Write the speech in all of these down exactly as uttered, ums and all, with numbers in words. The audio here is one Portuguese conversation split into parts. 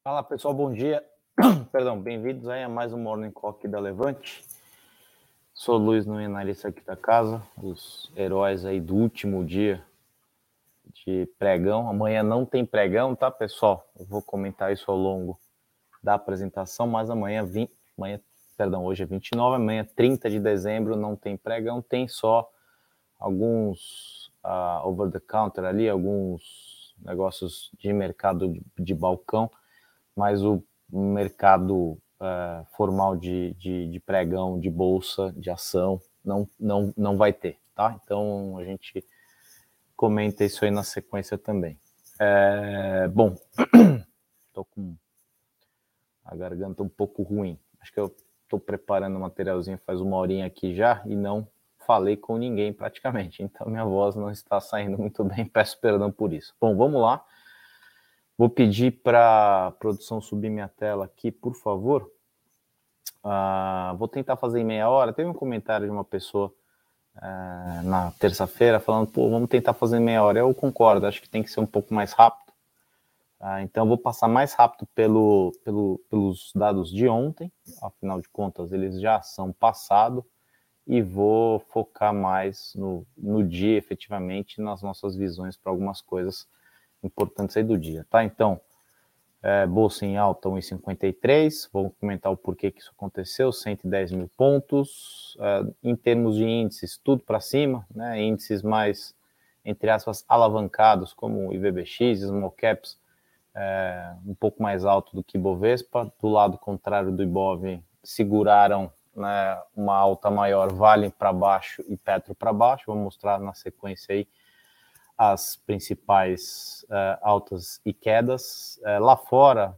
Fala pessoal, bom dia. Perdão, bem-vindos aí a mais um Morning Call aqui da Levante. Sou Luiz, não analista aqui da casa, os heróis aí do último dia de pregão. Amanhã não tem pregão, tá, pessoal? Eu vou comentar isso ao longo da apresentação, mas amanhã, vinte, amanhã perdão, hoje é vinte e nove, amanhã trinta de dezembro não tem pregão, tem só alguns uh, over the counter ali, alguns negócios de mercado de, de balcão, mas o mercado uh, formal de, de, de pregão, de bolsa, de ação, não, não, não vai ter, tá? Então a gente comenta isso aí na sequência também. É, bom, tô com a garganta um pouco ruim. Acho que eu tô preparando um materialzinho faz uma horinha aqui já e não falei com ninguém praticamente, então minha voz não está saindo muito bem, peço perdão por isso. Bom, vamos lá. Vou pedir para a produção subir minha tela aqui, por favor. Uh, vou tentar fazer em meia hora. Teve um comentário de uma pessoa uh, na terça-feira falando, pô, vamos tentar fazer em meia hora. Eu concordo, acho que tem que ser um pouco mais rápido. Uh, então, vou passar mais rápido pelo, pelo, pelos dados de ontem. Afinal de contas, eles já são passados. E vou focar mais no, no dia, efetivamente, nas nossas visões para algumas coisas importantes aí do dia, tá? Então, é, bolsa em alta um vírgula cinquenta e três, vou comentar o porquê que isso aconteceu, cento e dez mil pontos, é, em termos de índices, tudo para cima, né? Índices mais, entre aspas, alavancados, como o I B B X, Small Caps, é, um pouco mais alto do que Bovespa, do lado contrário do Ibov, seguraram, né, uma alta maior, Vale para baixo e Petro para baixo, vou mostrar na sequência aí as principais uh, altas e quedas. Uh, lá fora,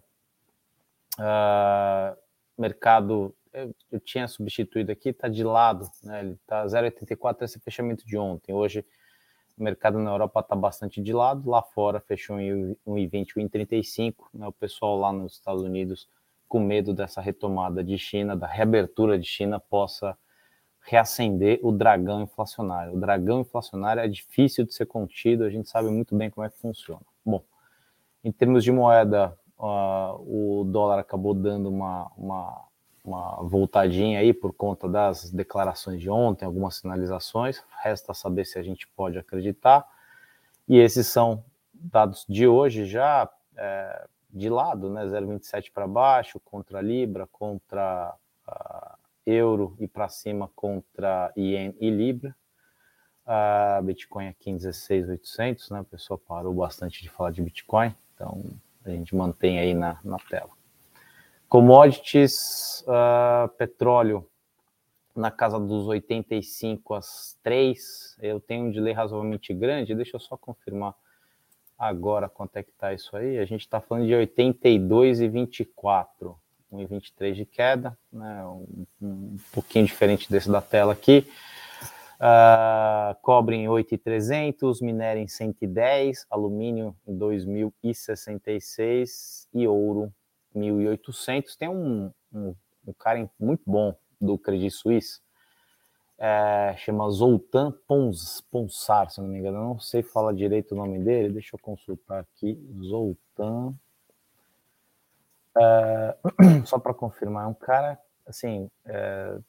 uh, mercado, eu, eu tinha substituído aqui, está de lado, né, ele está zero vírgula oitenta e quatro, esse fechamento de ontem. Hoje, o mercado na Europa está bastante de lado, lá fora fechou em um vírgula vinte, um vírgula trinta e cinco, né, o pessoal lá nos Estados Unidos, com medo dessa retomada de China, da reabertura de China, possa reacender o dragão inflacionário. O dragão inflacionário é difícil de ser contido, a gente sabe muito bem como é que funciona. Bom, em termos de moeda, uh, o dólar acabou dando uma, uma, uma voltadinha aí por conta das declarações de ontem, algumas sinalizações, resta saber se a gente pode acreditar. E esses são dados de hoje já é, de lado, né? zero vírgula vinte e sete para baixo, contra a Libra, contra a euro e para cima contra Ien e Libra. A Bitcoin aqui em dezesseis mil e oitocentos, né? O pessoal parou bastante de falar de Bitcoin, então a gente mantém aí na, na tela. Commodities, uh, petróleo na casa dos oitenta e cinco às três, eu tenho um delay razoavelmente grande, deixa eu só confirmar agora quanto é que está isso aí, a gente está falando de oitenta e dois e vinte e quatro, um vírgula vinte e três de queda, né, um, um pouquinho diferente desse da tela aqui. Uh, cobre em oito mil e trezentos, minério em cento e dez, alumínio em dois mil e sessenta e seis e ouro mil e oitocentos. Tem um, um, um cara muito bom do Credit Suisse, é, chama Zoltan Pons, Ponsar, se não me engano, eu não sei falar direito o nome dele, deixa eu consultar aqui, Zoltan, é, só para confirmar, é um cara, assim, é,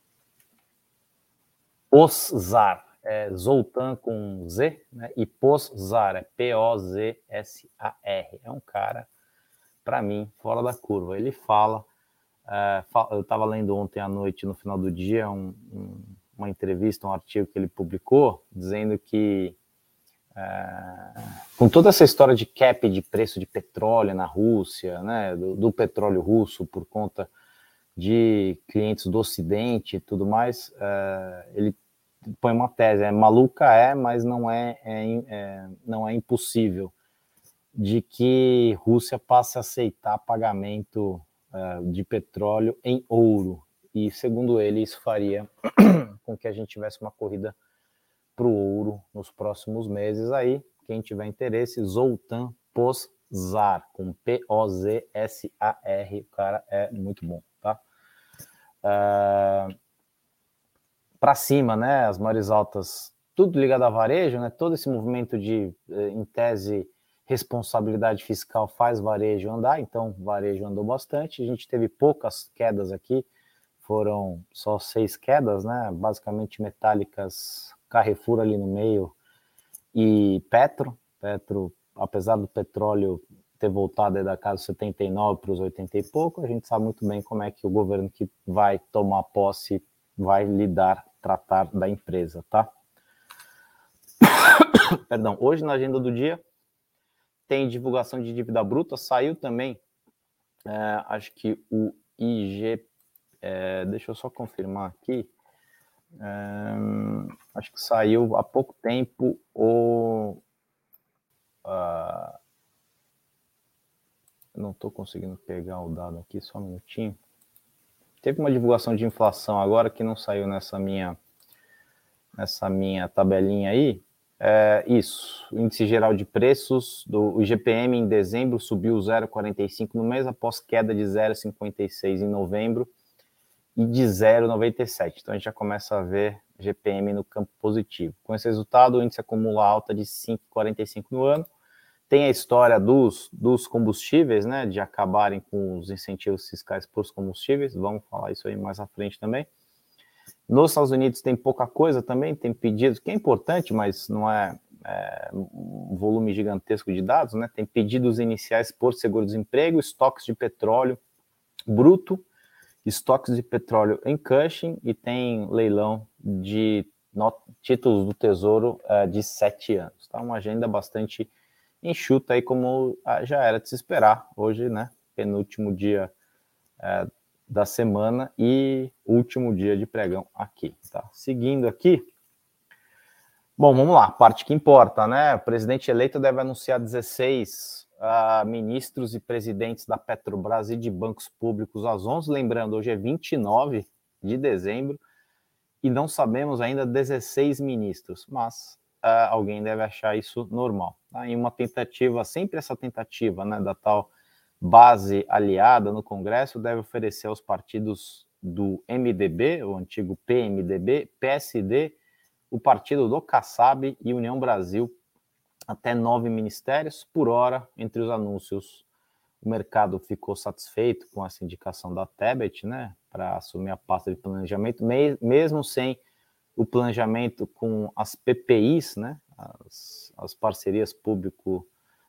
Poszar, é Zoltan com Z, né, e Poszar, é P O Z S A R, é um cara, para mim, fora da curva, ele fala, é, eu estava lendo ontem à noite, no final do dia, um, um uma entrevista, um artigo que ele publicou, dizendo que é, com toda essa história de cap de preço de petróleo na Rússia, né, do, do petróleo russo por conta de clientes do Ocidente e tudo mais, é, ele põe uma tese, é maluca é, mas não é, é, é, não é impossível, de que Rússia passe a aceitar pagamento é, de petróleo em ouro, e segundo ele isso faria com que a gente tivesse uma corrida para o ouro nos próximos meses. Aí, quem tiver interesse, Zoltan Poszar, com P O Z S A R, o cara é muito bom, tá? Uh, para cima, né, as maiores altas, tudo ligado a varejo, né, todo esse movimento de, em tese, responsabilidade fiscal faz varejo andar, então varejo andou bastante. A gente teve poucas quedas aqui, foram só seis quedas, né? Basicamente metálicas, Carrefour ali no meio e Petro. Petro, apesar do petróleo ter voltado aí da casa setenta e nove para os oitenta e pouco, a gente sabe muito bem como é que o governo que vai tomar posse vai lidar, tratar da empresa, tá? Perdão, hoje na agenda do dia tem divulgação de dívida bruta, saiu também, é, acho que o I G, é, deixa eu só confirmar aqui, é, acho que saiu há pouco tempo o... Uh, não estou conseguindo pegar o dado aqui, só um minutinho. Teve uma divulgação de inflação agora que não saiu nessa minha, nessa minha tabelinha aí. É, isso, o índice geral de preços do I G P M em dezembro subiu zero vírgula quarenta e cinco no mês, após queda de zero vírgula cinquenta e seis em novembro e de zero vírgula noventa e sete. Então a gente já começa a ver G P M no campo positivo. Com esse resultado, o índice acumula alta de cinco vírgula quarenta e cinco no ano. Tem a história dos, dos combustíveis, né, de acabarem com os incentivos fiscais por combustíveis, vamos falar isso aí mais à frente também. Nos Estados Unidos tem pouca coisa também, tem pedidos, que é importante, mas não é, é um volume gigantesco de dados, né? Tem pedidos iniciais por seguro-desemprego, estoques de petróleo bruto, estoques de petróleo em Cushing e tem leilão de not- títulos do Tesouro uh, de sete anos. Tá? Uma agenda bastante enxuta aí, como já era de se esperar. Hoje, né, penúltimo dia uh, da semana e último dia de pregão aqui, tá? Seguindo aqui, bom, vamos lá, parte que importa, né? O presidente eleito deve anunciar dezesseis uh, ministros e presidentes da Petrobras e de bancos públicos às onze, lembrando, hoje é vinte e nove de dezembro e não sabemos ainda dezesseis ministros, mas uh, alguém deve achar isso normal, tá? Em uma tentativa, sempre essa tentativa, né, da tal base aliada no Congresso, deve oferecer aos partidos do M D B, o antigo P M D B, P S D, o partido do Kassab e União Brasil, até nove ministérios por hora. Entre os anúncios, o mercado ficou satisfeito com essa indicação da Tebet, né, para assumir a pasta de planejamento, mesmo sem o planejamento com as P P Is, né, as, as parcerias público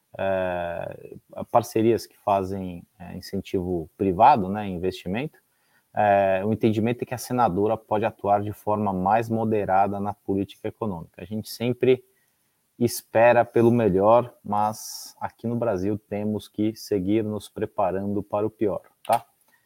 É, parcerias que fazem é, incentivo privado, né, investimento, é, o entendimento é que a senadora pode atuar de forma mais moderada na política econômica. A gente sempre espera pelo melhor, mas aqui no Brasil temos que seguir nos preparando para o pior, tá?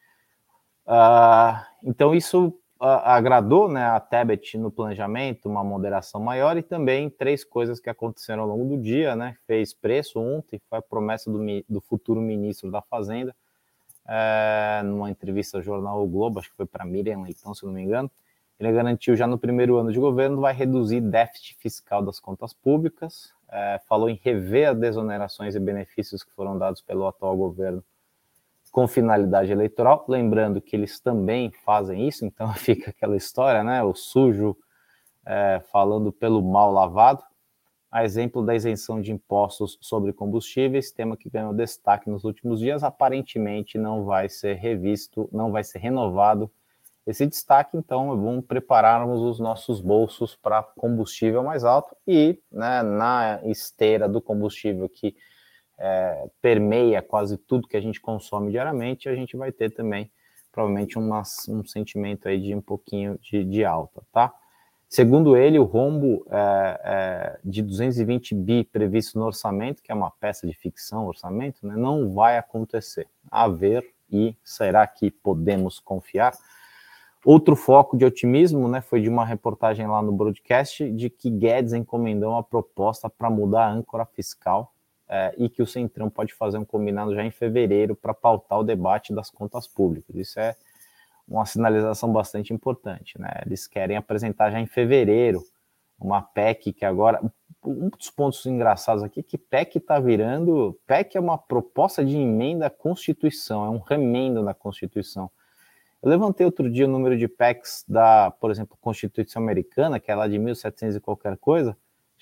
Uh, então isso agradou, né, a Tebet no planejamento, uma moderação maior, e também três coisas que aconteceram ao longo do dia, né, fez preço ontem, foi a promessa do, do futuro ministro da Fazenda, é, numa entrevista ao jornal O Globo, acho que foi para Miriam Leitão, se não me engano, ele garantiu já no primeiro ano de governo, vai reduzir déficit fiscal das contas públicas, é, falou em rever as desonerações e benefícios que foram dados pelo atual governo com finalidade eleitoral, lembrando que eles também fazem isso, então fica aquela história, né, o sujo é, falando pelo mal lavado. A exemplo da isenção de impostos sobre combustíveis, tema que ganhou destaque nos últimos dias, aparentemente não vai ser revisto, não vai ser renovado esse destaque, então vamos prepararmos os nossos bolsos para combustível mais alto e, né, na esteira do combustível que É, permeia quase tudo que a gente consome diariamente, a gente vai ter também, provavelmente, uma, um sentimento aí de um pouquinho de, de alta, tá? Segundo ele, o rombo é, é, de duzentos e vinte bi previsto no orçamento, que é uma peça de ficção, orçamento, né, não vai acontecer. A ver, e será que podemos confiar? Outro foco de otimismo, né, foi de uma reportagem lá no broadcast de que Guedes encomendou uma proposta para mudar a âncora fiscal, É, e que o Centrão pode fazer um combinado já em fevereiro para pautar o debate das contas públicas. Isso é uma sinalização bastante importante, né? Eles querem apresentar já em fevereiro uma P E C que agora... Um dos pontos engraçados aqui é que P E C está virando... P E C é uma proposta de emenda à Constituição, é um remendo na Constituição. Eu levantei outro dia o número de P E Cs da, por exemplo, Constituição Americana, que é lá de mil e setecentos e qualquer coisa,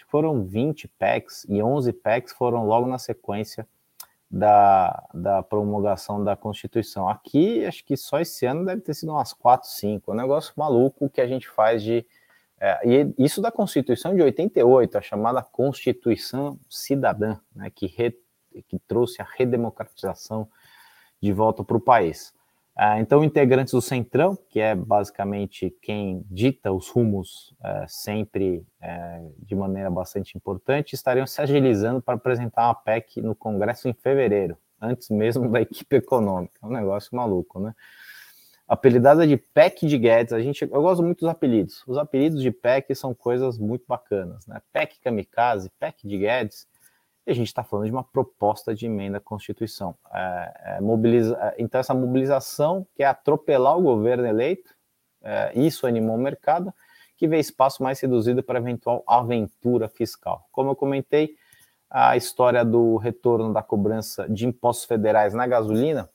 que foram vinte P E Cs e onze P E Cs foram logo na sequência da, da promulgação da Constituição. Aqui, acho que só esse ano deve ter sido umas quatro, cinco. É um negócio maluco que a gente faz de... É, e isso da Constituição de oitenta e oito, a chamada Constituição Cidadã, né, que, re, que trouxe a redemocratização de volta para o país. Ah, então, integrantes do Centrão, que é basicamente quem dita os rumos é, sempre é, de maneira bastante importante, estariam se agilizando para apresentar uma P E C no Congresso em fevereiro, antes mesmo da equipe econômica. É um negócio maluco, né? Apelidada de P E C de Guedes, a gente, eu gosto muito dos apelidos. Os apelidos de P E C são coisas muito bacanas, né? P E C Kamikaze, P E C de Guedes. E a gente está falando de uma proposta de emenda à Constituição. É, é, mobiliza... Então, essa mobilização quer atropelar o governo eleito, é, isso animou o mercado, que vê espaço mais reduzido para eventual aventura fiscal. Como eu comentei, a história do retorno da cobrança de impostos federais na gasolina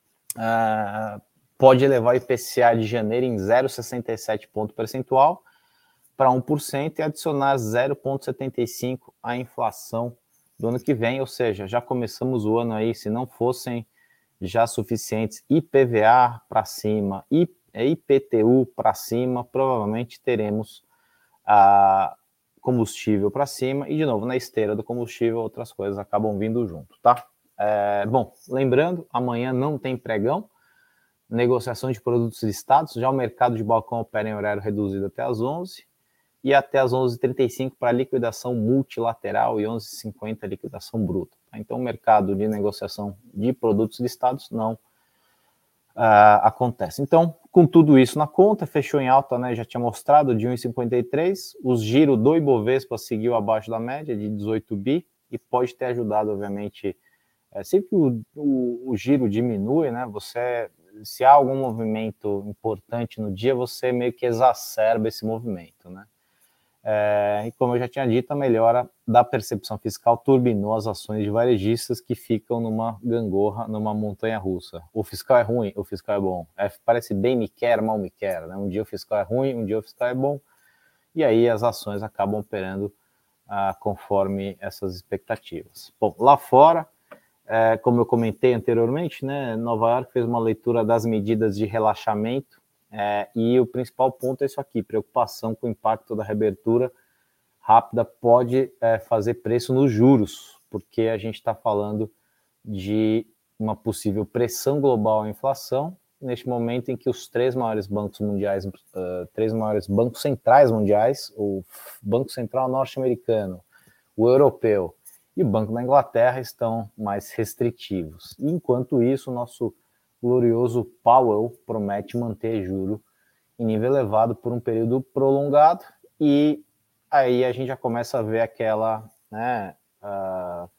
é, pode elevar o I P C A de janeiro em zero vírgula sessenta e sete ponto percentual para um por cento e adicionar zero vírgula setenta e cinco à inflação do ano que vem, ou seja, já começamos o ano aí, se não fossem já suficientes I P V A para cima, I P T U para cima, provavelmente teremos a combustível para cima, e de novo, na esteira do combustível, outras coisas acabam vindo junto, tá? É, bom, lembrando, amanhã não tem pregão, negociação de produtos listados, já o mercado de balcão opera em horário reduzido até às onze, e até às onze e trinta e cinco para liquidação multilateral e onze e cinquenta liquidação bruta. Então, o mercado de negociação de produtos listados não uh, acontece. Então, com tudo isso na conta, fechou em alta, né? Já tinha mostrado, de um vírgula cinquenta e três. Os giros do Ibovespa seguiu abaixo da média, de dezoito bi, e pode ter ajudado, obviamente, é, sempre que o, o, o giro diminui, né? Você, se há algum movimento importante no dia, você meio que exacerba esse movimento, né? É, e como eu já tinha dito, a melhora da percepção fiscal turbinou as ações de varejistas que ficam numa gangorra, numa montanha russa. O fiscal é ruim, o fiscal é bom. É, parece bem me quer, mal me quer, né? Um dia o fiscal é ruim, um dia o fiscal é bom, e aí as ações acabam operando ah, conforme essas expectativas. Bom, lá fora, é, como eu comentei anteriormente, né, Nova York fez uma leitura das medidas de relaxamento. É, e o principal ponto é isso aqui, preocupação com o impacto da reabertura rápida pode é, fazer preço nos juros, porque a gente está falando de uma possível pressão global à inflação, neste momento em que os três maiores bancos mundiais, uh, três maiores bancos centrais mundiais, o Banco Central norte-americano, o europeu e o Banco da Inglaterra estão mais restritivos. E, enquanto isso, o nosso glorioso Powell promete manter juro em nível elevado por um período prolongado, e aí a gente já começa a ver aquela, né, uh,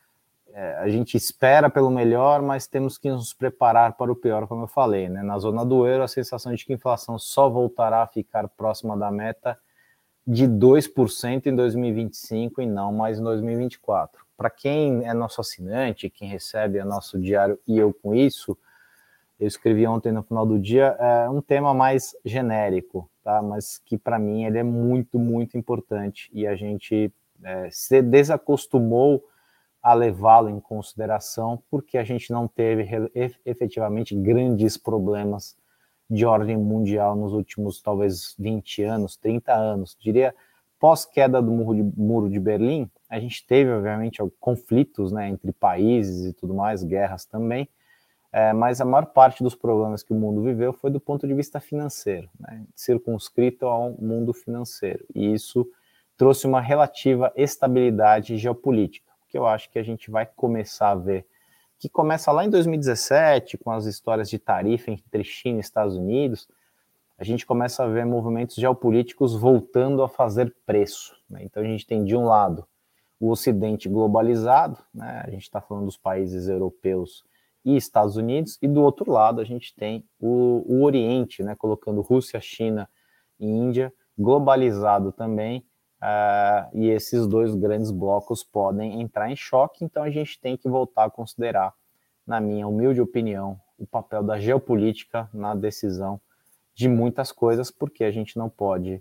é, a gente espera pelo melhor, mas temos que nos preparar para o pior, como eu falei, né? Na zona do euro, a sensação de que a inflação só voltará a ficar próxima da meta de dois por cento em dois mil e vinte e cinco e não mais em dois mil e vinte e quatro. Para quem é nosso assinante, quem recebe o nosso diário E Eu Com Isso, eu escrevi ontem no final do dia é, um tema mais genérico, tá? Mas que para mim ele é muito, muito importante, e a gente é, se desacostumou a levá-lo em consideração porque a gente não teve efetivamente grandes problemas de ordem mundial nos últimos talvez vinte anos, trinta anos. Diria, pós-queda do muro de, muro de Berlim, a gente teve obviamente conflitos, né, entre países e tudo mais, guerras também, É, mas a maior parte dos problemas que o mundo viveu foi do ponto de vista financeiro, né, circunscrito ao mundo financeiro. E isso trouxe uma relativa estabilidade geopolítica, que eu acho que a gente vai começar a ver, que começa lá em dois mil e dezessete, com as histórias de tarifa entre China e Estados Unidos. A gente começa a ver movimentos geopolíticos voltando a fazer preço, né? Então a gente tem, de um lado, o Ocidente globalizado, né? A gente está falando dos países europeus e Estados Unidos, e do outro lado a gente tem o, o Oriente, né, colocando Rússia, China e Índia, globalizado também, uh, e esses dois grandes blocos podem entrar em choque. Então a gente tem que voltar a considerar, na minha humilde opinião, o papel da geopolítica na decisão de muitas coisas, porque a gente não pode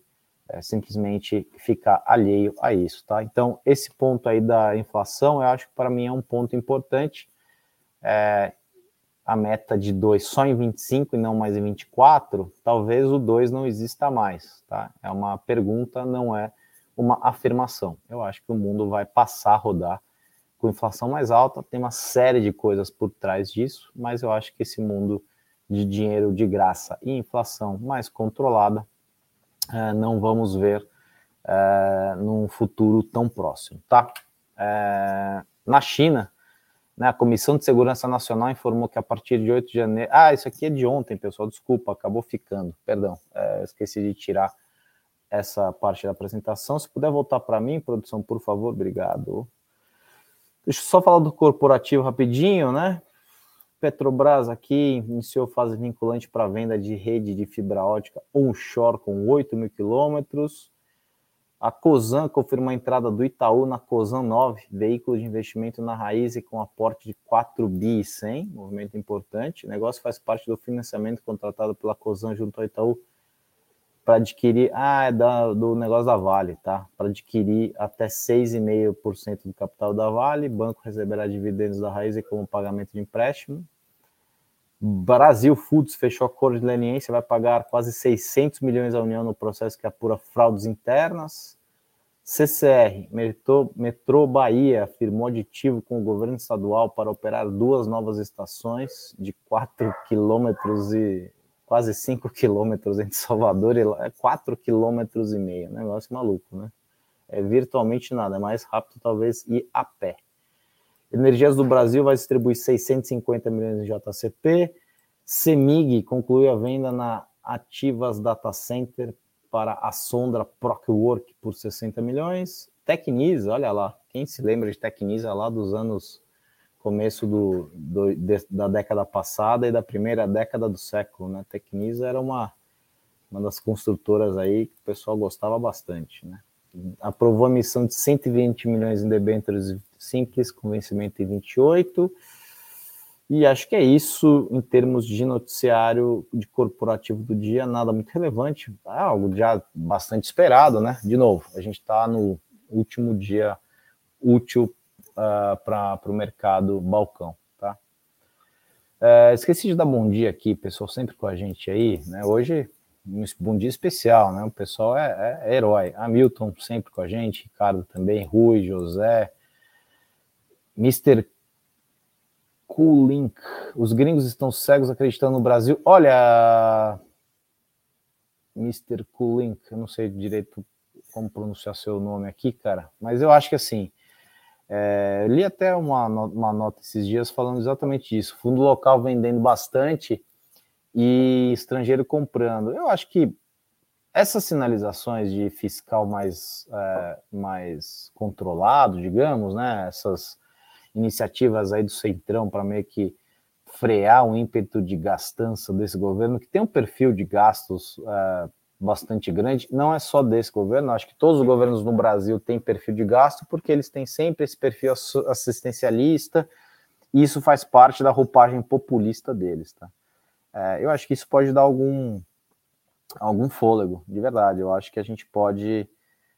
é, simplesmente ficar alheio a isso, tá? Então, esse ponto aí da inflação, eu acho que para mim é um ponto importante. É, a meta de dois só em vinte e cinco e não mais em vinte e quatro, talvez o dois não exista mais, tá? É uma pergunta, não é uma afirmação. Eu acho que o mundo vai passar a rodar com inflação mais alta, tem uma série de coisas por trás disso, mas eu acho que esse mundo de dinheiro de graça e inflação mais controlada, é, não vamos ver é, num futuro tão próximo, tá? É, na China, né, a Comissão de Segurança Nacional informou que a partir de oito de janeiro... Ah, isso aqui é de ontem, pessoal, desculpa, acabou ficando, perdão, é, esqueci de tirar essa parte da apresentação. Se puder voltar para mim, produção, por favor, obrigado. Deixa eu só falar do corporativo rapidinho, né? Petrobras aqui iniciou fase vinculante para venda de rede de fibra ótica onshore com oito mil quilômetros. A Cosan confirmou a entrada do Itaú na Cosan nove, veículo de investimento na raiz e com aporte de quatro bi e cem, movimento importante. O negócio faz parte do financiamento contratado pela Cosan junto ao Itaú para adquirir, ah, é da, do negócio da Vale, tá? Para adquirir até seis vírgula cinco por cento do capital da Vale, o banco receberá dividendos da raiz e como pagamento de empréstimo. Brasil Foods fechou acordo de leniência, vai pagar quase seiscentos milhões à União no processo que apura fraudes internas. C C R, Metrô, Metrô Bahia, firmou aditivo com o governo estadual para operar duas novas estações de quatro quilômetros e quase cinco quilômetros entre Salvador e lá, é quatro quilômetros e meio, negócio maluco, né? É virtualmente nada, é mais rápido talvez ir a pé. Energias do Brasil vai distribuir seiscentos e cinquenta milhões em J C P. CEMIG concluiu a venda na Ativas Data Center para a Sondra Procwork por sessenta milhões. Tecnisa, olha lá, quem se lembra de Tecnisa lá dos anos, começo do, do, de, da década passada e da primeira década do século, né? Tecnisa era uma, uma das construtoras aí que o pessoal gostava bastante, né? Aprovou a emissão de cento e vinte milhões em debêntures simples, com vencimento em vinte e oito. E acho que é isso em termos de noticiário de corporativo do dia, nada muito relevante, é algo já bastante esperado, né? De novo, a gente está no último dia útil uh, para o mercado balcão, tá? Uh, esqueci de dar bom dia aqui, pessoal sempre com a gente aí, né? Hoje um bom dia especial, né? O pessoal é, é, é herói. Hamilton sempre com a gente, Ricardo também, Rui, José, mister Coolink. Os gringos estão cegos acreditando no Brasil. Olha, mister Coolink, eu não sei direito como pronunciar seu nome aqui, cara, mas eu acho que assim, é, eu li até uma, uma nota esses dias falando exatamente isso. Fundo local vendendo bastante e estrangeiro comprando. Eu acho que essas sinalizações de fiscal mais, é, mais controlado, digamos, né? Essas iniciativas aí do Centrão para meio que frear o ímpeto de gastança desse governo, que tem um perfil de gastos é, bastante grande, não é só desse governo, acho que todos os governos no Brasil têm perfil de gasto, porque eles têm sempre esse perfil assistencialista, e isso faz parte da roupagem populista deles, tá? É, eu acho que isso pode dar algum algum fôlego, de verdade. Eu acho que a gente pode...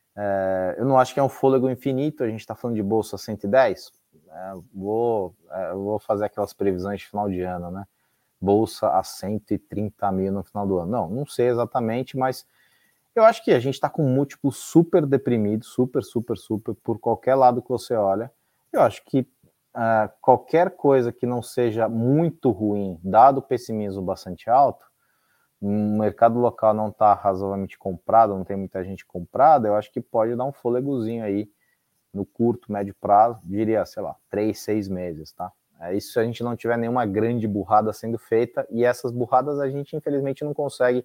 É, eu não acho que é um fôlego infinito, a gente está falando de bolsa cento e dez, é, vou, é, vou fazer aquelas previsões de final de ano, né? Bolsa a cento e trinta mil no final do ano. Não, não sei exatamente, mas eu acho que a gente está com um múltiplo super deprimido, super, super, super, por qualquer lado que você olha. Eu acho que uh, qualquer coisa que não seja muito ruim, dado o pessimismo bastante alto, o mercado local não está razoavelmente comprado, não tem muita gente comprada, eu acho que pode dar um fôlegozinho aí no curto, médio prazo, diria, sei lá, três, seis meses, tá? É isso se a gente não tiver nenhuma grande burrada sendo feita, e essas burradas a gente infelizmente não consegue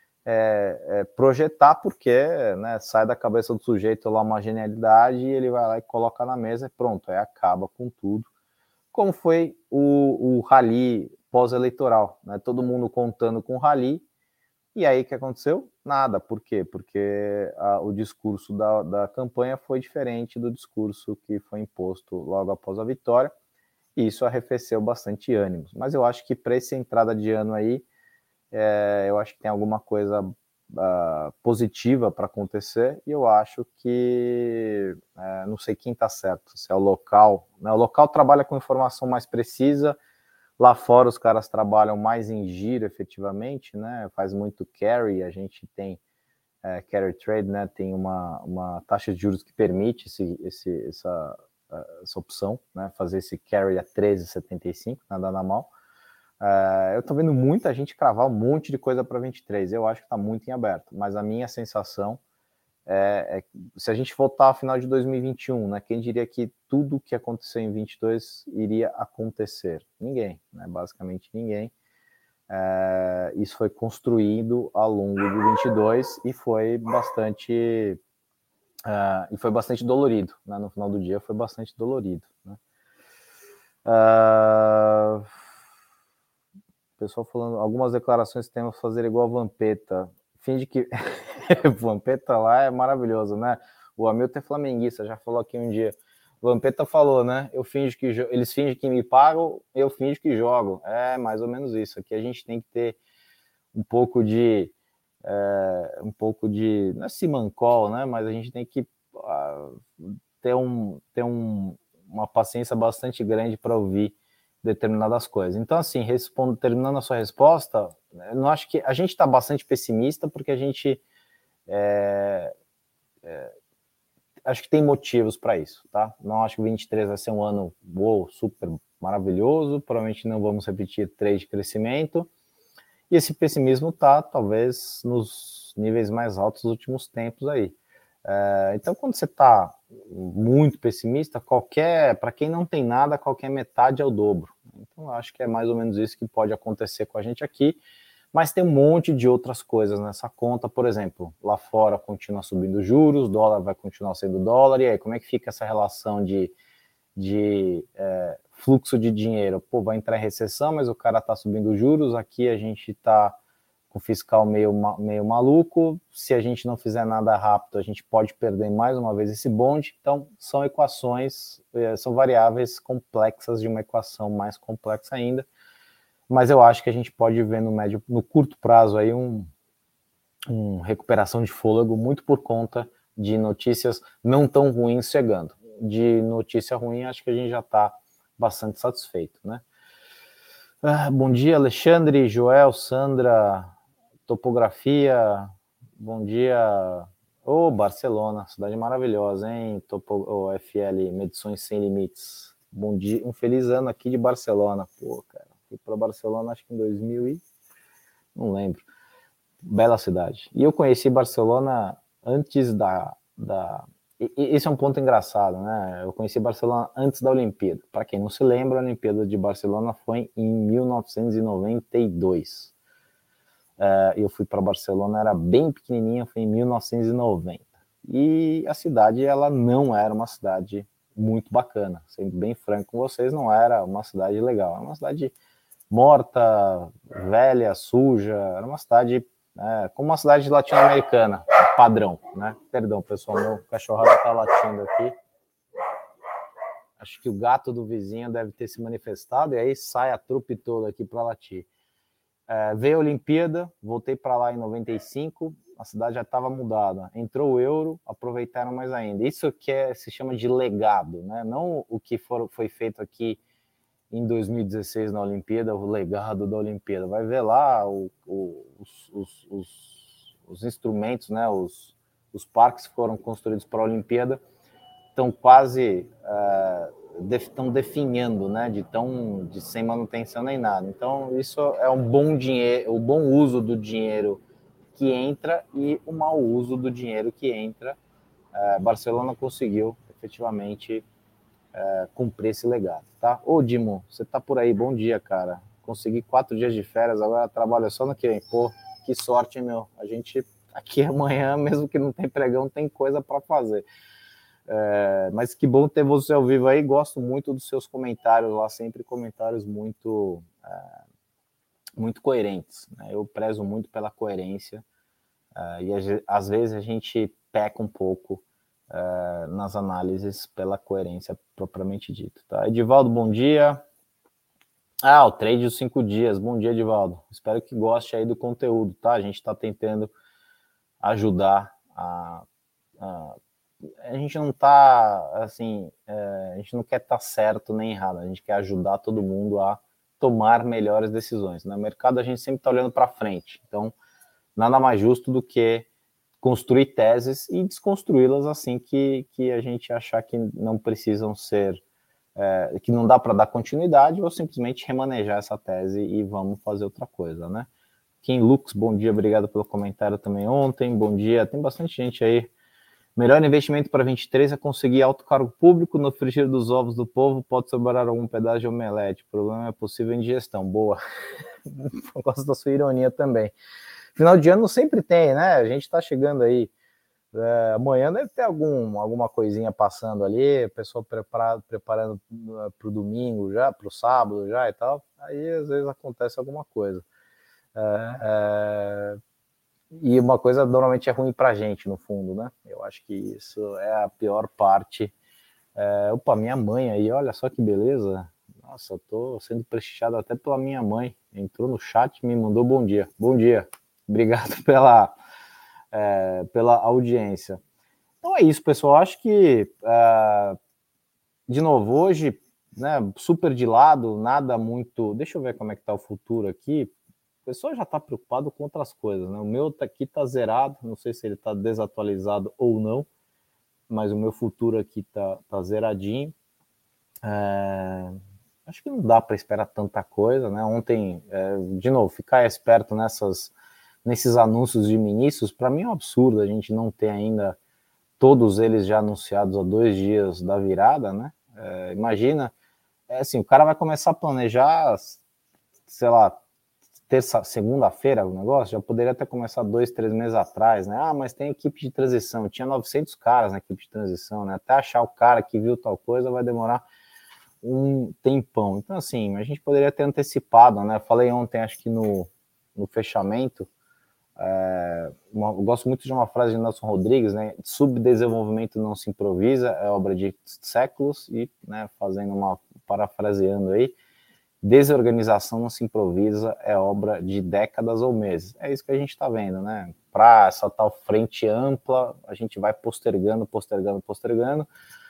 é, é, projetar, porque né, sai da cabeça do sujeito lá uma genialidade e ele vai lá e coloca na mesa e pronto, aí acaba com tudo. Como foi o, o rally pós-eleitoral, né? Todo mundo contando com o rally, e aí o que aconteceu? Nada. Por quê? Porque a, o discurso da, da campanha foi diferente do discurso que foi imposto logo após a vitória, e isso arrefeceu bastante ânimos. Mas eu acho que para essa entrada de ano aí, é, eu acho que tem alguma coisa uh, positiva para acontecer, e eu acho que, uh, não sei quem está certo, se é o local, né? O local trabalha com informação mais precisa, lá fora os caras trabalham mais em giro, efetivamente, né? Faz muito carry, a gente tem uh, carry trade, né? Tem uma, uma taxa de juros que permite esse, esse, essa, uh, essa opção, né? Fazer esse carry a treze vírgula setenta e cinco, nada na mão. Uh, eu tô vendo muita gente cravar um monte de coisa para vinte e três, eu acho que está muito em aberto, mas a minha sensação é, é se a gente voltar ao final de dois mil e vinte e um, né, quem diria que tudo que aconteceu em vinte e dois iria acontecer? Ninguém, né, basicamente ninguém. Uh, isso foi construído ao longo de vinte e dois e foi bastante uh, e foi bastante dolorido, né, no final do dia foi bastante dolorido, né? Uh... Pessoal falando, algumas declarações que temos que fazer igual a Vampeta. Finge que... Vampeta lá é maravilhoso, né? O Hamilton é flamenguista, já falou aqui um dia. Vampeta falou, né? Eu finjo que jo... Eles fingem que me pagam, eu finjo que jogo. É mais ou menos isso. Aqui a gente tem que ter um pouco de... É, um pouco de... Não é simancol, né? Mas a gente tem que uh, ter, um, ter um, uma paciência bastante grande para ouvir determinadas coisas. Então, assim, respondo, terminando a sua resposta, eu não acho que a gente está bastante pessimista porque a gente é, é, acho que tem motivos para isso, tá? Não acho que vinte e três vai ser um ano uou, super maravilhoso, provavelmente não vamos repetir três de crescimento, e esse pessimismo tá talvez nos níveis mais altos dos últimos tempos aí. É, então, quando você está muito pessimista, qualquer, para quem não tem nada, qualquer metade é o dobro. Então, acho que é mais ou menos isso que pode acontecer com a gente aqui, mas tem um monte de outras coisas nessa conta. Por exemplo, lá fora continua subindo juros, o dólar vai continuar sendo dólar, e aí como é que fica essa relação de, de é, fluxo de dinheiro? Pô, vai entrar em recessão, mas o cara está subindo juros, aqui a gente está com fiscal meio, meio maluco, se a gente não fizer nada rápido, a gente pode perder mais uma vez esse bonde. Então, são equações, são variáveis complexas de uma equação mais complexa ainda, mas eu acho que a gente pode ver no médio, no curto prazo aí um, um recuperação de fôlego muito por conta de notícias não tão ruins chegando. De notícia ruim, acho que a gente já está bastante satisfeito, né? Ah, bom dia, Alexandre, Joel, Sandra, Topografia, bom dia. Ô, oh, Barcelona, cidade maravilhosa, hein? Topo, oh, F L, Medições Sem Limites. Bom dia, um feliz ano aqui de Barcelona. Pô, cara, fui para Barcelona acho que em dois mil e... não lembro. Bela cidade. E eu conheci Barcelona antes da... da... E, esse é um ponto engraçado, né? Eu conheci Barcelona antes da Olimpíada. Para quem não se lembra, a Olimpíada de Barcelona foi em mil novecentos e noventa e dois. Uh, eu fui para Barcelona, era bem pequenininha, foi em mil novecentos e noventa. E a cidade, ela não era uma cidade muito bacana. Sendo bem franco com vocês, não era uma cidade legal. Era uma cidade morta, velha, suja. Era uma cidade, é, como uma cidade latino-americana, padrão, né? Perdão, pessoal, meu cachorrado está latindo aqui. Acho que o gato do vizinho deve ter se manifestado, e aí sai a trupe toda aqui para latir. É, veio a Olimpíada, voltei para lá em noventa e cinco, a cidade já estava mudada. Entrou o euro, aproveitaram mais ainda. Isso que é, se chama de legado, né? Não o que for, foi feito aqui em dois mil e dezesseis na Olimpíada, o legado da Olimpíada. Vai ver lá o, o, os, os, os, os instrumentos, né? os, os parques que foram construídos para a Olimpíada estão quase... Uh, estão definhando, né, de tão de sem manutenção nem nada. Então isso é um bom dinheiro, o bom uso do dinheiro que entra e o mau uso do dinheiro que entra. É, Barcelona conseguiu efetivamente é, cumprir esse legado, tá? Ô Dimo, você tá por aí? Bom dia, cara. Consegui quatro dias de férias, agora trabalho só no que vem. Pô, que sorte, hein, meu? A gente aqui amanhã, mesmo que não tem pregão, tem coisa para fazer. É, mas que bom ter você ao vivo aí, gosto muito dos seus comentários lá, sempre comentários muito, é, muito coerentes, né? Eu prezo muito pela coerência, é, e às vezes a gente peca um pouco é, nas análises pela coerência propriamente dita, tá? Edivaldo, bom dia. Ah, o trade dos cinco dias, bom dia, Edivaldo. Espero que goste aí do conteúdo, tá? A gente está tentando ajudar a... a, a gente não está, assim, é, a gente não quer estar certo nem errado, a gente quer ajudar todo mundo a tomar melhores decisões. No mercado a gente sempre está olhando para frente, então nada mais justo do que construir teses e desconstruí-las assim que, que a gente achar que não precisam ser, é, que não dá para dar continuidade, ou simplesmente remanejar essa tese e vamos fazer outra coisa, né? Kim Lux, bom dia, obrigado pelo comentário também ontem, bom dia, tem bastante gente aí. Melhor investimento para vinte e três é conseguir alto cargo público, no frigir dos ovos do povo pode sobrar algum pedaço de omelete, o problema é possível indigestão, boa. Eu gosto da sua ironia também. Final de ano sempre tem, né? A gente está chegando aí. É, amanhã deve ter algum, alguma coisinha passando ali, a pessoa preparado, preparando para o domingo já, para o sábado já e tal. Aí às vezes acontece alguma coisa. É, é, e uma coisa normalmente é ruim para a gente, no fundo, né? Eu acho que isso é a pior parte. É, opa, minha mãe aí, olha só que beleza. Nossa, eu tô sendo prestigiado até pela minha mãe. Entrou no chat e me mandou bom dia. Bom dia. Obrigado pela, é, pela audiência. Então é isso, pessoal. Acho que, é, de novo, hoje, né, super de lado, nada muito... Deixa eu ver como é que tá o futuro aqui. O pessoal já está preocupado com outras coisas, né? O meu tá aqui tá zerado, não sei se ele está desatualizado ou não, mas o meu futuro aqui tá, tá zeradinho. É... Acho que não dá para esperar tanta coisa, né? Ontem, é, de novo, ficar esperto nessas, nesses anúncios de ministros, para mim é um absurdo a gente não ter ainda todos eles já anunciados há dois dias da virada, né? É, imagina, é assim, o cara vai começar a planejar, sei lá, terça, segunda-feira o negócio, já poderia ter começado dois, três meses atrás, né? Ah, mas tem equipe de transição, tinha novecentos caras na equipe de transição, né? Até achar o cara que viu tal coisa vai demorar um tempão. Então, assim, a gente poderia ter antecipado, né? Falei ontem, acho que no, no fechamento, é, uma, eu gosto muito de uma frase de Nelson Rodrigues, né? Subdesenvolvimento não se improvisa, é obra de séculos, e, né, fazendo uma, parafraseando aí, desorganização não se improvisa, é obra de décadas ou meses. É isso que a gente está vendo, né? Para essa tal frente ampla, a gente vai postergando, postergando, postergando,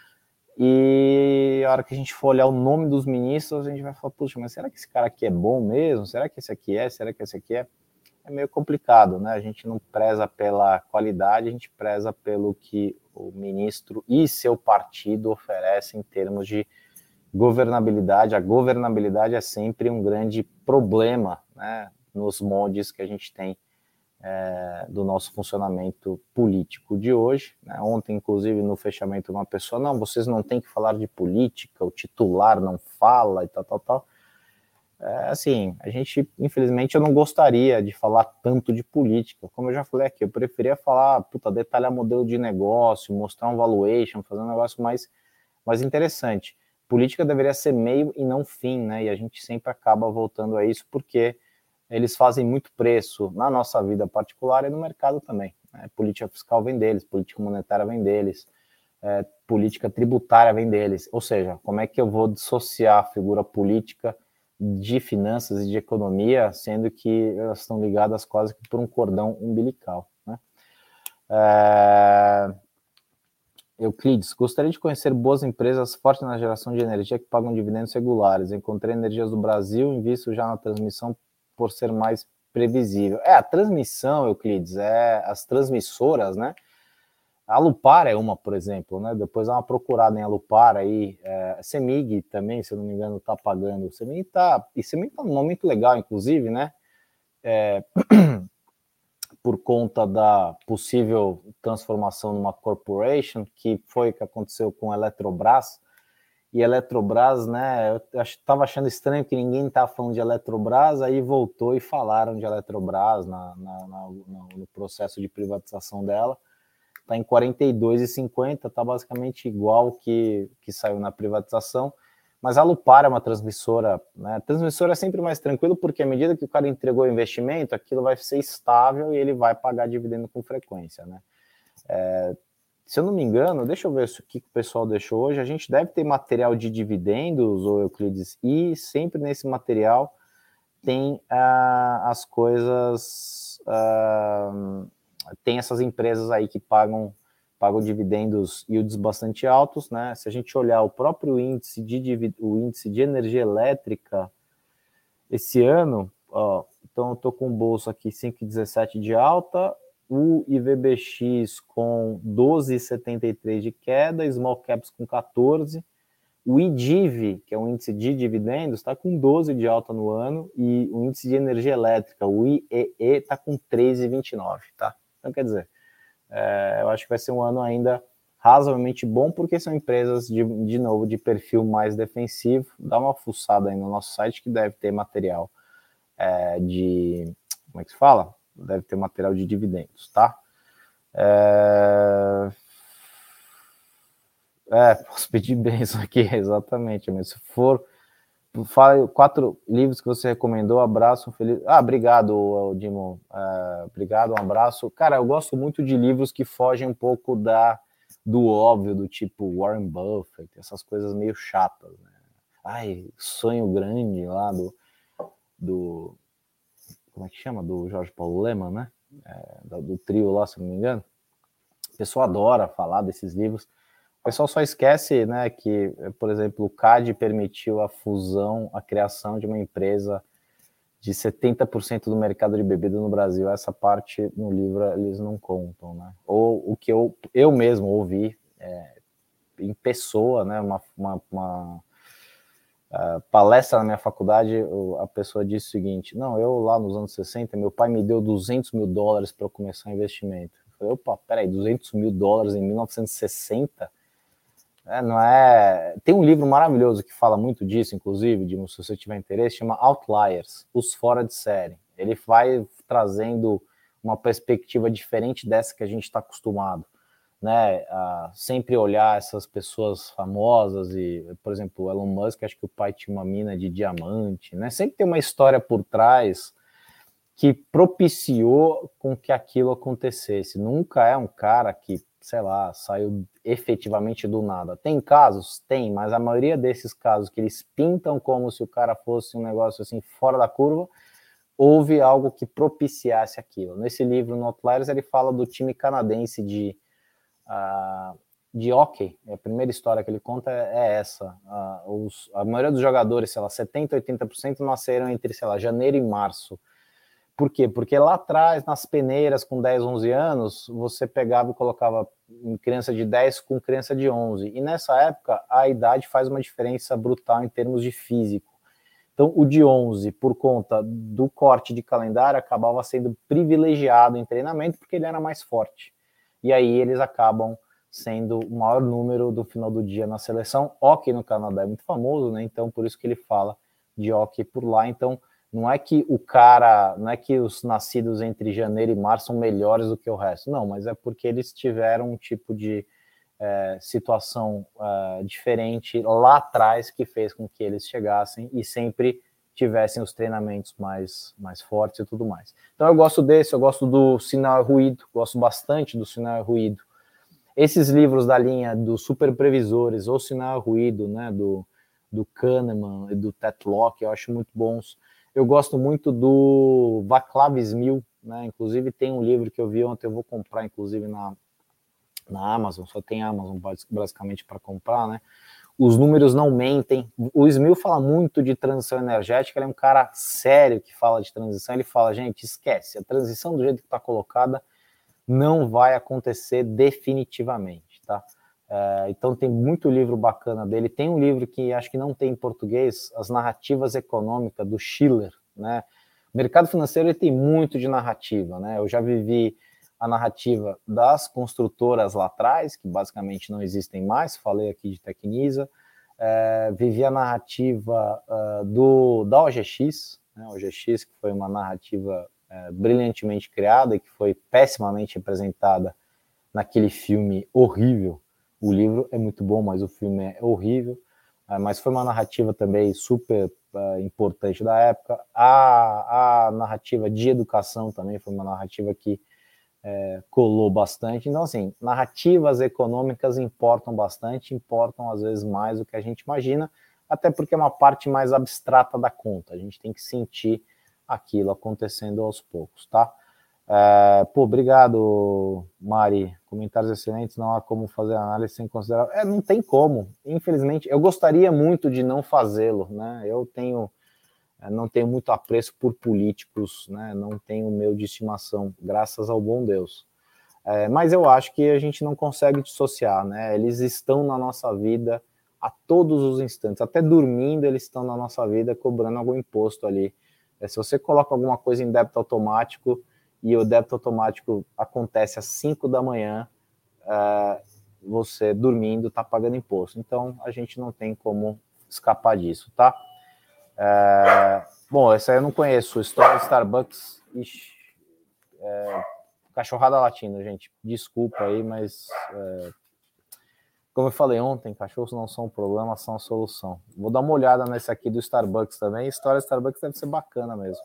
e a hora que a gente for olhar o nome dos ministros, a gente vai falar, puxa, mas será que esse cara aqui é bom mesmo? Será que esse aqui é? Será que esse aqui é? É meio complicado, né? A gente não preza pela qualidade, a gente preza pelo que o ministro e seu partido oferecem em termos de governabilidade. A governabilidade é sempre um grande problema, né, nos moldes que a gente tem é, do nosso funcionamento político de hoje. Né? Ontem, inclusive, no fechamento, uma pessoa, não, vocês não têm que falar de política, o titular não fala e tal, tal, tal. É, assim, a gente, infelizmente, eu não gostaria de falar tanto de política, como eu já falei aqui, eu preferia falar, puta, detalhar modelo de negócio, mostrar um valuation, fazer um negócio mais, mais interessante. Política deveria ser meio e não fim, né? E a gente sempre acaba voltando a isso porque eles fazem muito preço na nossa vida particular e no mercado também. Né? Política fiscal vem deles, política monetária vem deles, é, política tributária vem deles. Ou seja, como é que eu vou dissociar a figura política de finanças e de economia, sendo que elas estão ligadas quase que por um cordão umbilical, né? É... Euclides, gostaria de conhecer boas empresas fortes na geração de energia que pagam dividendos regulares. Encontrei Energias do Brasil, invisto já na transmissão por ser mais previsível. É, a transmissão, Euclides, é as transmissoras, né? A Alupar é uma, por exemplo, né? Depois dá uma procurada em Alupar aí. É, a Semig também, se eu não me engano, está pagando. O Semig está... E Semig está num momento legal, inclusive, né? É... por conta da possível transformação numa corporation, que foi o que aconteceu com a Eletrobras. E a Eletrobras, né, eu estava achando estranho que ninguém estava falando de Eletrobras, aí voltou e falaram de Eletrobras na, na, na, no processo de privatização dela. Está em quarenta e dois reais e cinquenta centavos, está basicamente igual que, que saiu na privatização. Mas a Alupar é uma transmissora, né? A transmissora é sempre mais tranquilo, porque à medida que o cara entregou o investimento, aquilo vai ser estável e ele vai pagar dividendo com frequência, né? É, se eu não me engano, deixa eu ver o que o pessoal deixou hoje, a gente deve ter material de dividendos, ou Euclides, e sempre nesse material tem ah, as coisas, ah, tem essas empresas aí que pagam, pagam dividendos yields bastante altos, né? Se a gente olhar o próprio índice de, o índice de energia elétrica esse ano, ó, então eu tô com o bolso aqui cinco vírgula dezessete de alta, o I V B X com doze vírgula setenta e três de queda, Small Caps com quatorze, o I D I V, que é um índice de dividendos, está com doze de alta no ano, e o índice de energia elétrica, o I E E, está com treze vírgula vinte e nove, tá? Então, quer dizer, é, eu acho que vai ser um ano ainda razoavelmente bom, porque são empresas, de, de novo, de perfil mais defensivo. Dá uma fuçada aí no nosso site, que deve ter material é, de... Como é que se fala? Deve ter material de dividendos, tá? É... É, posso pedir bênção aqui, exatamente, mas se for, fale quatro livros que você recomendou, abraço, um feliz... Ah, obrigado, Dimo, é, obrigado, um abraço. Cara, eu gosto muito de livros que fogem um pouco da, do óbvio, do tipo Warren Buffett, essas coisas meio chatas, né? Ai, Sonho Grande lá do, do como é que chama? Do Jorge Paulo Lemann, né? É, do, do trio lá, se não me engano. A pessoa adora falar desses livros. O pessoal só esquece, né, que, por exemplo, o C A D permitiu a fusão, a criação de uma empresa de setenta por cento do mercado de bebida no Brasil. Essa parte no livro eles não contam, né? Ou o que eu, eu mesmo ouvi é, em pessoa, né, uma, uma, uma uh, palestra na minha faculdade, a pessoa disse o seguinte: não, eu lá nos anos sessenta, meu pai me deu duzentos mil dólares para eu começar um investimento. Eu falei, opa, peraí, duzentos mil dólares em mil novecentos e sessenta? É, não é... Tem um livro maravilhoso que fala muito disso, inclusive, Dimo, se você tiver interesse, chama Outliers, Os Fora de Série. Ele vai trazendo uma perspectiva diferente dessa que a gente está acostumado, né? A sempre olhar essas pessoas famosas e, por exemplo, o Elon Musk, acho que o pai tinha uma mina de diamante, né? Sempre tem uma história por trás que propiciou com que aquilo acontecesse. Nunca é um cara que, sei lá, saiu efetivamente do nada. Tem casos? Tem, mas a maioria desses casos que eles pintam como se o cara fosse um negócio assim fora da curva, houve algo que propiciasse aquilo. Nesse livro, no Outliers, ele fala do time canadense de, uh, de hockey. A primeira história que ele conta é essa. Uh, os, a maioria dos jogadores, sei lá, setenta, oitenta por cento nasceram entre, sei lá, janeiro e março. Por quê? Porque lá atrás, nas peneiras, com dez, onze anos, você pegava e colocava em criança de dez com criança de onze. E nessa época, a idade faz uma diferença brutal em termos de físico. Então, o de onze, por conta do corte de calendário, acabava sendo privilegiado em treinamento porque ele era mais forte. E aí eles acabam sendo o maior número do final do dia na seleção. Hockey no Canadá é muito famoso, né? Então, por isso que ele fala de hockey por lá. Então, não é que o cara, não é que os nascidos entre janeiro e março são melhores do que o resto, não, mas é porque eles tiveram um tipo de é, situação é, diferente lá atrás que fez com que eles chegassem e sempre tivessem os treinamentos mais, mais fortes e tudo mais. Então eu gosto desse, eu gosto do Sinal e Ruído, gosto bastante do Sinal e Ruído. Esses livros da linha dos superprevisores, ou Sinal e Ruído, né, do, do Kahneman e do Tetlock, eu acho muito bons. Eu gosto muito do Václav Smil, né? Inclusive tem um livro que eu vi ontem, eu vou comprar, inclusive, na, na Amazon, só tem Amazon basicamente para comprar, né? Os números não mentem. O Smil fala muito de transição energética, ele é um cara sério que fala de transição, ele fala, gente, esquece, a transição do jeito que está colocada não vai acontecer definitivamente, tá? É, então tem muito livro bacana dele. Tem um livro que acho que não tem em português, As Narrativas Econômicas, do Schiller, né? O mercado financeiro ele tem muito de narrativa, né? Eu já vivi a narrativa das construtoras lá atrás, que basicamente não existem mais, falei aqui de Tecnisa, é, vivi a narrativa uh, do, da O G X, né? O G X, que foi uma narrativa é, brilhantemente criada e que foi pessimamente representada naquele filme horrível. O livro é muito bom, mas o filme é horrível. Uh, mas foi uma narrativa também super uh, importante da época. A, a narrativa de educação também foi uma narrativa que é, colou bastante. Então, assim, narrativas econômicas importam bastante, importam às vezes mais do que a gente imagina, até porque é uma parte mais abstrata da conta. A gente tem que sentir aquilo acontecendo aos poucos, tá? É, pô, obrigado, Mari. Comentários excelentes, não há como fazer análise sem considerar. É, não tem como, infelizmente. Eu gostaria muito de não fazê-lo, né? Eu tenho, não tenho muito apreço por políticos, né? Não tenho meio de estimação, graças ao bom Deus. É, mas eu acho que a gente não consegue dissociar, né? Eles estão na nossa vida a todos os instantes, até dormindo eles estão na nossa vida cobrando algum imposto ali. É, se você coloca alguma coisa em débito automático e o débito automático acontece às cinco da manhã, uh, você dormindo está pagando imposto. Então, a gente não tem como escapar disso, tá? Uh, bom, essa aí eu não conheço. História de Starbucks. Ixi, é, cachorrada latina, gente. Desculpa aí, mas... É, como eu falei ontem, cachorros não são um problema, são a solução. Vou dar uma olhada nesse aqui do Starbucks também. A história do Starbucks deve ser bacana mesmo.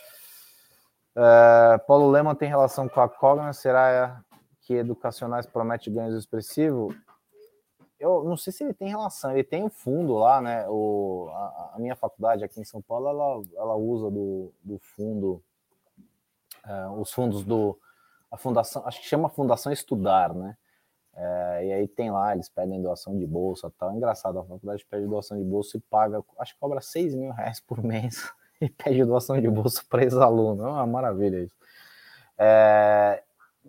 Uh, Paulo Leman tem relação com a Cogna? Será que educacionais promete ganhos expressivos? Eu não sei se ele tem relação. Ele tem um fundo lá, né? O, a, a minha faculdade aqui em São Paulo, ela, ela usa do, do fundo, uh, os fundos do... A fundação, acho que chama Fundação Estudar, né? É, e aí tem lá, eles pedem doação de bolsa e tal. É engraçado, a faculdade pede doação de bolsa e paga, acho que cobra seis mil reais por mês e pede doação de bolsa para ex-aluno. É uma maravilha isso. É,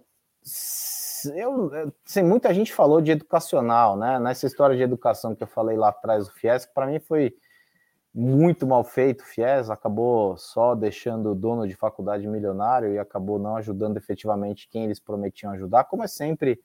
eu, assim, muita gente falou de educacional, né? Nessa história de educação que eu falei lá atrás do FIES, que para mim foi muito mal feito. O FIES acabou só deixando o dono de faculdade milionário e acabou não ajudando efetivamente quem eles prometiam ajudar, como é sempre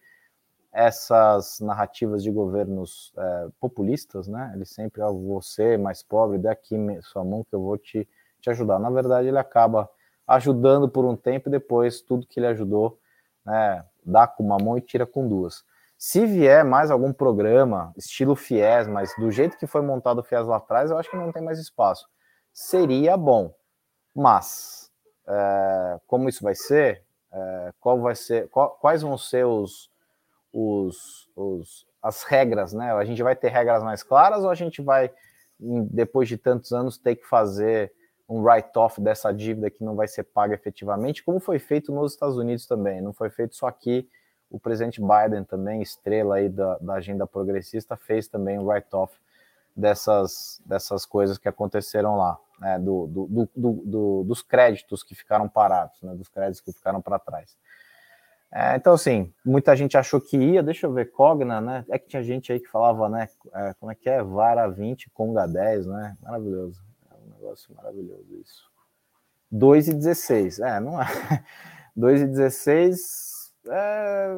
essas narrativas de governos é, populistas, né? Ele sempre, ah, você mais pobre, dê aqui sua mão que eu vou te, te ajudar. Na verdade, ele acaba ajudando por um tempo e depois tudo que ele ajudou, né, dá com uma mão e tira com duas. Se vier mais algum programa, estilo FIES, mas do jeito que foi montado o FIES lá atrás, eu acho que não tem mais espaço. Seria bom, mas é, como isso vai ser, é, qual vai ser, qual, quais vão ser os Os, os, as regras, né? A gente vai ter regras mais claras ou a gente vai, depois de tantos anos, ter que fazer um write-off dessa dívida que não vai ser paga efetivamente, como foi feito nos Estados Unidos também, não foi feito só aqui. O presidente Biden também, estrela aí da, da agenda progressista, fez também um write-off dessas, dessas coisas que aconteceram lá, né? do, do, do, do, dos créditos que ficaram parados, né? Dos créditos que ficaram para trás. É, então, assim, muita gente achou que ia, deixa eu ver, Cogna, né? É que tinha gente aí que falava, né? É, como é que é? Vara vinte, Conga dez, né? Maravilhoso. É um negócio maravilhoso isso. dois e dezesseis, é, não é. dois e dezesseis, é...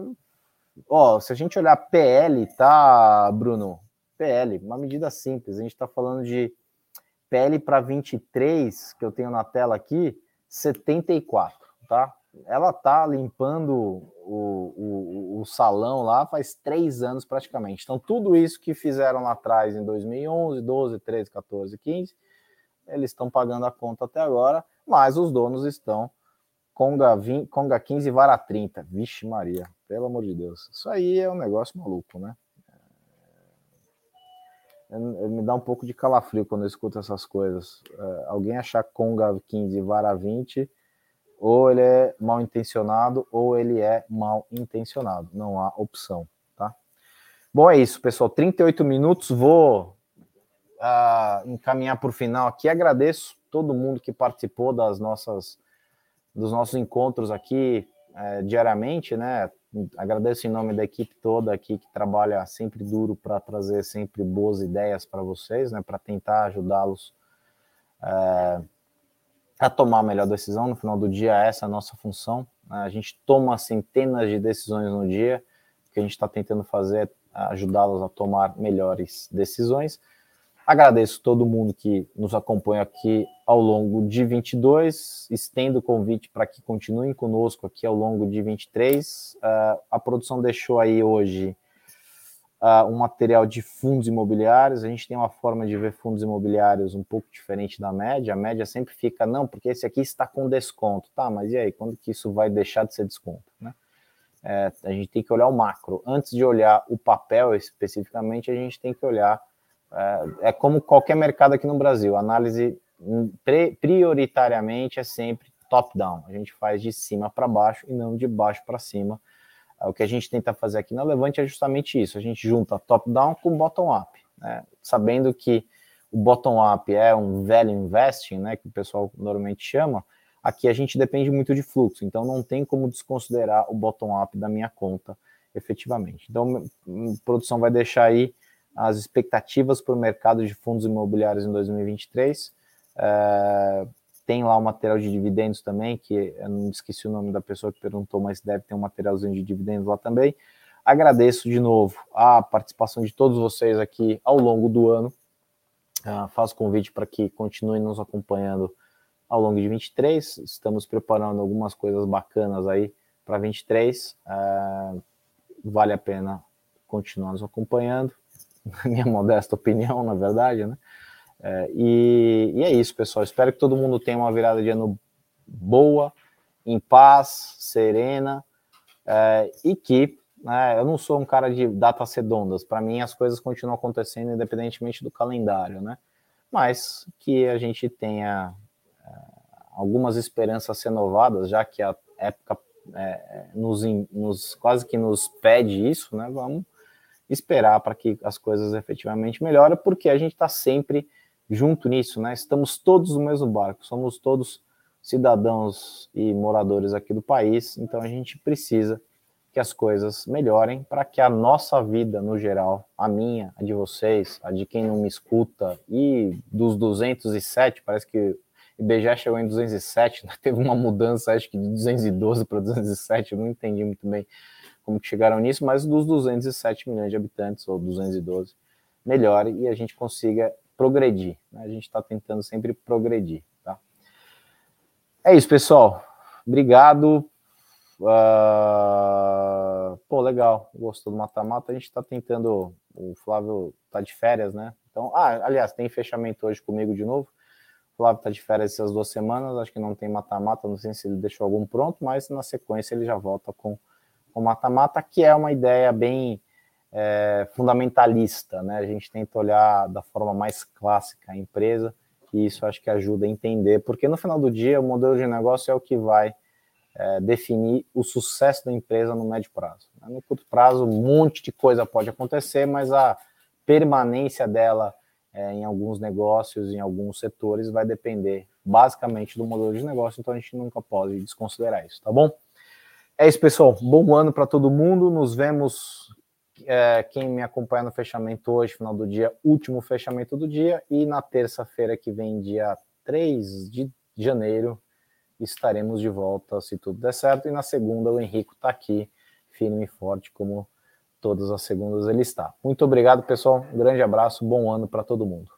Ó, se a gente olhar P L, tá, Bruno? P L, uma medida simples. A gente tá falando de P L para vinte e três, que eu tenho na tela aqui, setenta e quatro, tá? Ela tá limpando o, o, o salão lá faz três anos praticamente. Então, tudo isso que fizeram lá atrás em dois mil e onze, doze, treze, quatorze, quinze, eles estão pagando a conta até agora, mas os donos estão Conga, vinte, Conga quinze, Vara trinta. Vixe Maria, pelo amor de Deus. Isso aí é um negócio maluco, né? É, me dá um pouco de calafrio quando eu escuto essas coisas. É, alguém achar Conga quinze, Vara vinte... ou ele é mal intencionado, ou ele é mal intencionado. Não há opção, tá? Bom, é isso, pessoal. trinta e oito minutos, vou uh, encaminhar para o final aqui. Agradeço todo mundo que participou das nossas, dos nossos encontros aqui uh, diariamente, né? Agradeço em nome da equipe toda aqui que trabalha sempre duro para trazer sempre boas ideias para vocês, né? Para tentar ajudá-los uh, a tomar a melhor decisão. No final do dia, essa é a nossa função, né? A gente toma centenas de decisões no dia, o que a gente está tentando fazer é ajudá-los a tomar melhores decisões. Agradeço todo mundo que nos acompanha aqui ao longo de vinte e dois, estendo o convite para que continuem conosco aqui ao longo de vinte e três. Uh, a produção deixou aí hoje Uh, um material de fundos imobiliários. A gente tem uma forma de ver fundos imobiliários um pouco diferente da média. A média sempre fica, não, porque esse aqui está com desconto. Tá, mas e aí, quando que isso vai deixar de ser desconto, né? É, a gente tem que olhar o macro. Antes de olhar o papel especificamente, a gente tem que olhar... É, é como qualquer mercado aqui no Brasil. A análise prioritariamente é sempre top-down, a gente faz de cima para baixo e não de baixo para cima. O que a gente tenta fazer aqui na Levante é justamente isso, a gente junta top-down com bottom-up, né? Sabendo que o bottom-up é um value investing, né, que o pessoal normalmente chama, aqui a gente depende muito de fluxo, então não tem como desconsiderar o bottom-up da minha conta, efetivamente. Então, a produção vai deixar aí as expectativas para o mercado de fundos imobiliários em dois mil e vinte e três, é, tem lá o material de dividendos também, que eu não esqueci o nome da pessoa que perguntou, mas deve ter um materialzinho de dividendos lá também. Agradeço de novo a participação de todos vocês aqui ao longo do ano. Uh, faço convite para que continuem nos acompanhando ao longo de vinte e três. Estamos preparando algumas coisas bacanas aí para vinte e três. Uh, vale a pena continuar nos acompanhando, na minha modesta opinião, na verdade, né? Uh, e, e é isso, pessoal. Espero que todo mundo tenha uma virada de ano boa, em paz, serena, uh, e que né, eu não sou um cara de datas redondas. Para mim, as coisas continuam acontecendo independentemente do calendário, né? Mas que a gente tenha algumas esperanças renovadas, já que a época é, nos, nos, quase que nos pede isso, né? Vamos esperar para que as coisas efetivamente melhorem, porque a gente está sempre junto nisso, né? Estamos todos no mesmo barco, somos todos cidadãos e moradores aqui do país, então a gente precisa que as coisas melhorem para que a nossa vida, no geral, a minha, a de vocês, a de quem não me escuta, e dos duzentos e sete, parece que o I B G E chegou em duzentos e sete, né? Teve uma mudança, acho que de duzentos e doze para duzentos e sete, eu não entendi muito bem como que chegaram nisso, mas dos duzentos e sete milhões de habitantes, ou duzentos e doze, melhore e a gente consiga progredir, né? A gente está tentando sempre progredir, tá? É isso, pessoal. Obrigado. Uh, pô, legal, gostou do mata-mata. A gente tá tentando, o Flávio tá de férias, né? Então, ah, aliás, tem fechamento hoje comigo de novo. O Flávio tá de férias essas duas semanas, acho que não tem mata-mata, não sei se ele deixou algum pronto, mas na sequência ele já volta com o mata-mata, que é uma ideia bem é, fundamentalista, né? A gente tenta olhar da forma mais clássica a empresa, e isso acho que ajuda a entender, porque no final do dia o modelo de negócio é o que vai É, definir o sucesso da empresa no médio prazo. No curto prazo, um monte de coisa pode acontecer, mas a permanência dela é, em alguns negócios, em alguns setores, vai depender basicamente do modelo de negócio, então a gente nunca pode desconsiderar isso, tá bom? É isso, pessoal. Bom ano para todo mundo. Nos vemos, é, quem me acompanha no fechamento hoje, final do dia, último fechamento do dia, e na terça-feira que vem, dia três de janeiro, estaremos de volta, se tudo der certo, e na segunda o Henrico está aqui, firme e forte, como todas as segundas ele está. Muito obrigado, pessoal, um grande abraço, bom ano para todo mundo.